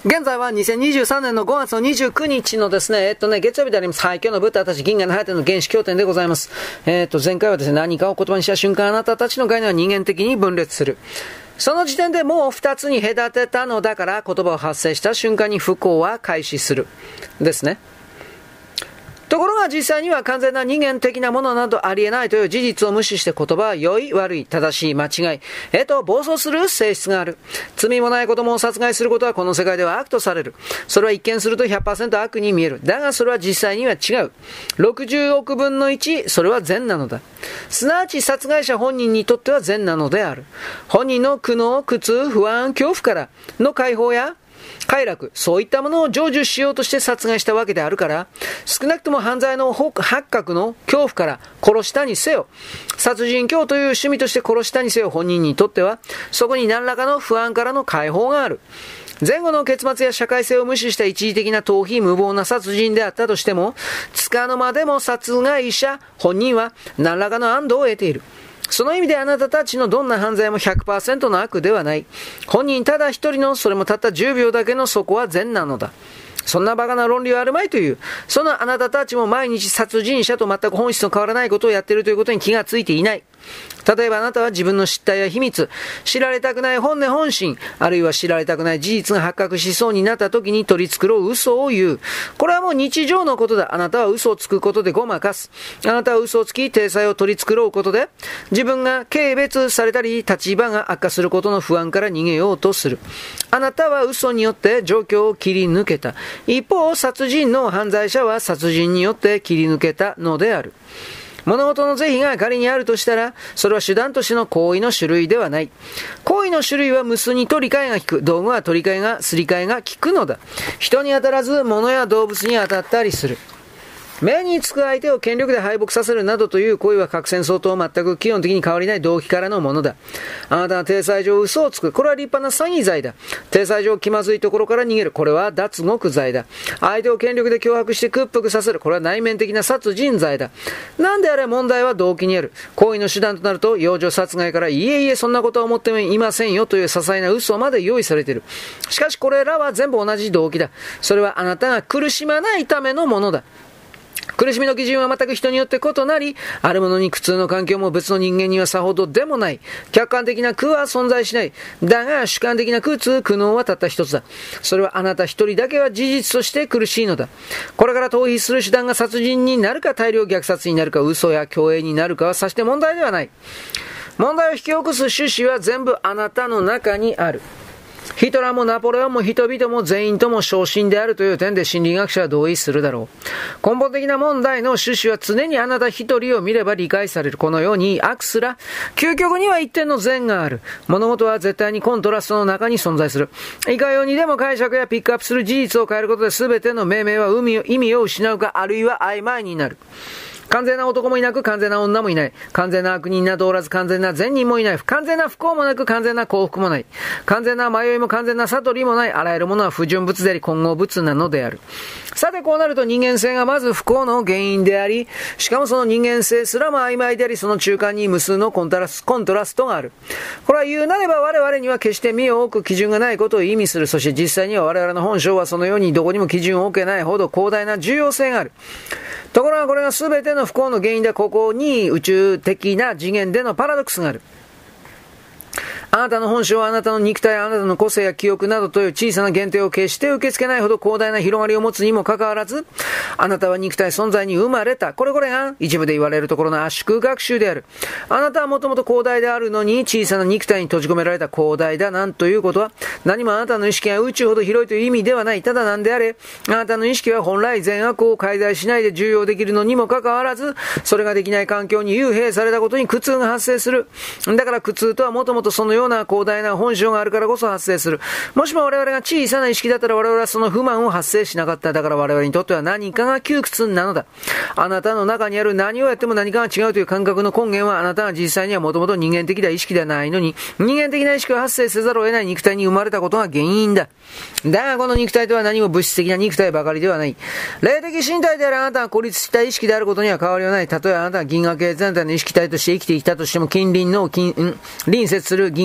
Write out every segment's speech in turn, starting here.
現在は2023年の5月の29日のですね、月曜日であります。はい、今日のブッダたち銀河の果ての原始経典でございます。前回はですね、何かを言葉にした瞬間、あなたたちの概念は人間的に分裂する。その時点でもう二つに隔てたのだから、言葉を発生した瞬間に不幸は開始する。ですね。ところが実際には完全な人間的なものなどありえないという事実を無視して言葉は良い悪い正しい間違い暴走する性質がある。罪もない子供を殺害することはこの世界では悪とされる。それは一見すると 100% 悪に見える。だがそれは実際には違う。60億分の1、それは善なのだ。すなわち殺害者本人にとっては善なのである。本人の苦悩、苦痛、不安、恐怖からの解放や快楽、そういったものを成就しようとして殺害したわけであるから、少なくとも犯罪の発覚の恐怖から殺したにせよ、殺人狂という趣味として殺したにせよ、本人にとってはそこに何らかの不安からの解放がある。前後の結末や社会性を無視した一時的な逃避無謀な殺人であったとしても、束の間でも殺害者本人は何らかの安堵を得ている。その意味であなたたちのどんな犯罪も 100% の悪ではない。本人ただ一人の、それもたった10秒だけのそこは善なのだ。そんなバカな論理はあるまいという。そのあなたたちも毎日殺人者と全く本質の変わらないことをやっているということに気がついていない。例えばあなたは自分の失態や秘密、知られたくない本音本心、あるいは知られたくない事実が発覚しそうになった時に取り繕う嘘を言う。これはもう日常のことだ。あなたは嘘をつくことでごまかす。あなたは嘘をつき、体裁を取り繕うことで、自分が軽蔑されたり、立場が悪化することの不安から逃げようとする。あなたは嘘によって状況を切り抜けた。一方、殺人の犯罪者は殺人によって切り抜けたのである。物事の是非が仮にあるとしたら、それは手段としての行為の種類ではない。行為の種類は無数に取り替えが効く。道具は取り替えが、すり替えが効くのだ。人に当たらず、物や動物に当たったりする。目につく相手を権力で敗北させるなどという行為は核戦争と全く基本的に変わりない動機からのものだ。あなたは体裁上嘘をつく。これは立派な詐欺罪だ。体裁上気まずいところから逃げる。これは脱獄罪だ。相手を権力で脅迫して屈服させる。これは内面的な殺人罪だ。なんであれ問題は動機にある。行為の手段となると幼女殺害からいえいえそんなことは思ってもいませんよという些細な嘘まで用意されている。しかしこれらは全部同じ動機だ。それはあなたが苦しまないためのものだ。苦しみの基準は全く人によって異なり、あるものに苦痛の環境も別の人間にはさほどでもない。客観的な苦は存在しない。だが主観的な苦痛、苦悩はたった一つだ。それはあなた一人だけは事実として苦しいのだ。これから逃避する手段が殺人になるか大量虐殺になるか嘘や虚栄になるかはさして問題ではない。問題を引き起こす趣旨は全部あなたの中にある。ヒトラーもナポレオンも人々も全員とも小心であるという点で心理学者は同意するだろう。根本的な問題の趣旨は常にあなた一人を見れば理解される。このように悪すら究極には一点の善がある。物事は絶対にコントラストの中に存在する。いかようにでも解釈やピックアップする事実を変えることで全ての命名は意味を失うかあるいは曖昧になる。完全な男もいなく完全な女もいない。完全な悪人などおらず完全な善人もいない。完全な不幸もなく完全な幸福もない。完全な迷いも完全な悟りもない。あらゆるものは不純物であり混合物なのである。さてこうなると人間性がまず不幸の原因であり、しかもその人間性すらも曖昧であり、その中間に無数のコントラストがある。これは言うなれば我々には決して身を置く基準がないことを意味する。そして実際には我々の本性はそのようにどこにも基準を置けないほど広大な重要性がある。ところがこれが全ての不幸の原因で、ここに宇宙的な次元でのパラドックスがある。あなたの本性はあなたの肉体、あなたの個性や記憶などという小さな限定を決して受け付けないほど広大な広がりを持つにもかかわらず、あなたは肉体存在に生まれた。これが一部で言われるところの圧縮学習である。あなたはもともと広大であるのに小さな肉体に閉じ込められた広大だなんということは、何もあなたの意識が宇宙ほど広いという意味ではない。ただなんであれ、あなたの意識は本来善悪を介在しないで重要できるのにもかかわらず、それができない環境に幽閉されたことに苦痛が発生する。だから苦痛とはもともとそのような広大な本性があるからこそ発生する。もしも我々が小さな意識だったら我々はその不満を発生しなかった。だから我々にとっては何かが窮屈なのだ。あなたの中にある何をやっても何かが違うという感覚の根源は、あなたが実際にはもともと人間的な意識ではないのに、人間的な意識を発生せざるを得ない肉体に生まれたことが原因だ。だがこの肉体とは何も物質的な肉体ばかりではない。霊的身体であるあなたが孤立した意識であることには変わりはない。たとえあなたが銀河系全体の意識体として生きてきたとしても、隣接する銀河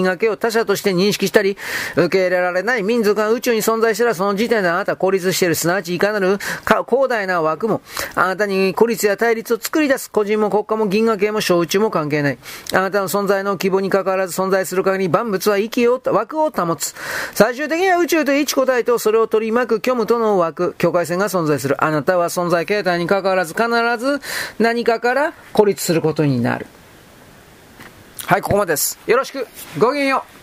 河系を他者として認識したり、受け入れられない民族が宇宙に存在したら、その時点であなたは孤立している。すなわち、いかなる広大な枠も、あなたに孤立や対立を作り出す。個人も国家も銀河系も小宇宙も関係ない。あなたの存在の規模に関わらず存在する限り、万物は枠を保つ。最終的には宇宙と一個体とそれを取り巻く虚無との枠、境界線が存在する。あなたは存在形態に関わらず必ず何かから孤立することになる。はい、ここまでです。よろしく。ごきげんよう。